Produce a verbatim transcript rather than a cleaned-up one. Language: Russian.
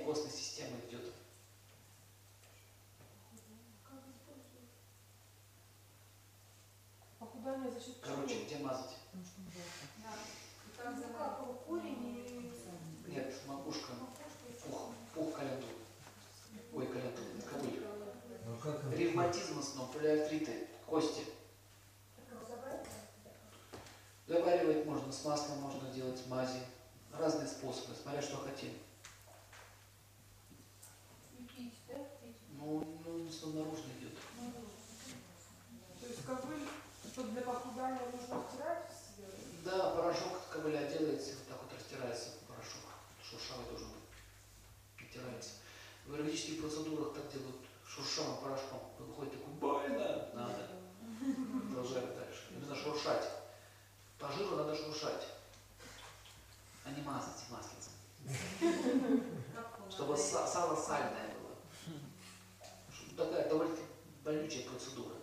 костной системы идет. Похудание за счет чего? Короче, где мазать? Да. Ну как, корень и... Нет, макушка, пух, пух коленду. Ой, коленду, ковыль. Ревматизм в основном, полиартриты, кости. Заваривать можно, с маслом можно делать, мази. Разные способы, смотря что хотим. И пить, да? Пить. Ну, ну, все наружно идет. То есть ковыль, что для похудания нужно втирать в себя? Да, порошок от ковыля делается, вот так вот растирается порошок. Шуршавый должен быть. Оттирается. В аэробических процедурах так делают шуршавым порошком. Выходит такой, больно, надо. Продолжаем дальше. Именно шуршать. По жиру надо шуршать, а не мазать маслицем. Чтобы сало сальное было. Такая довольно болючая процедура.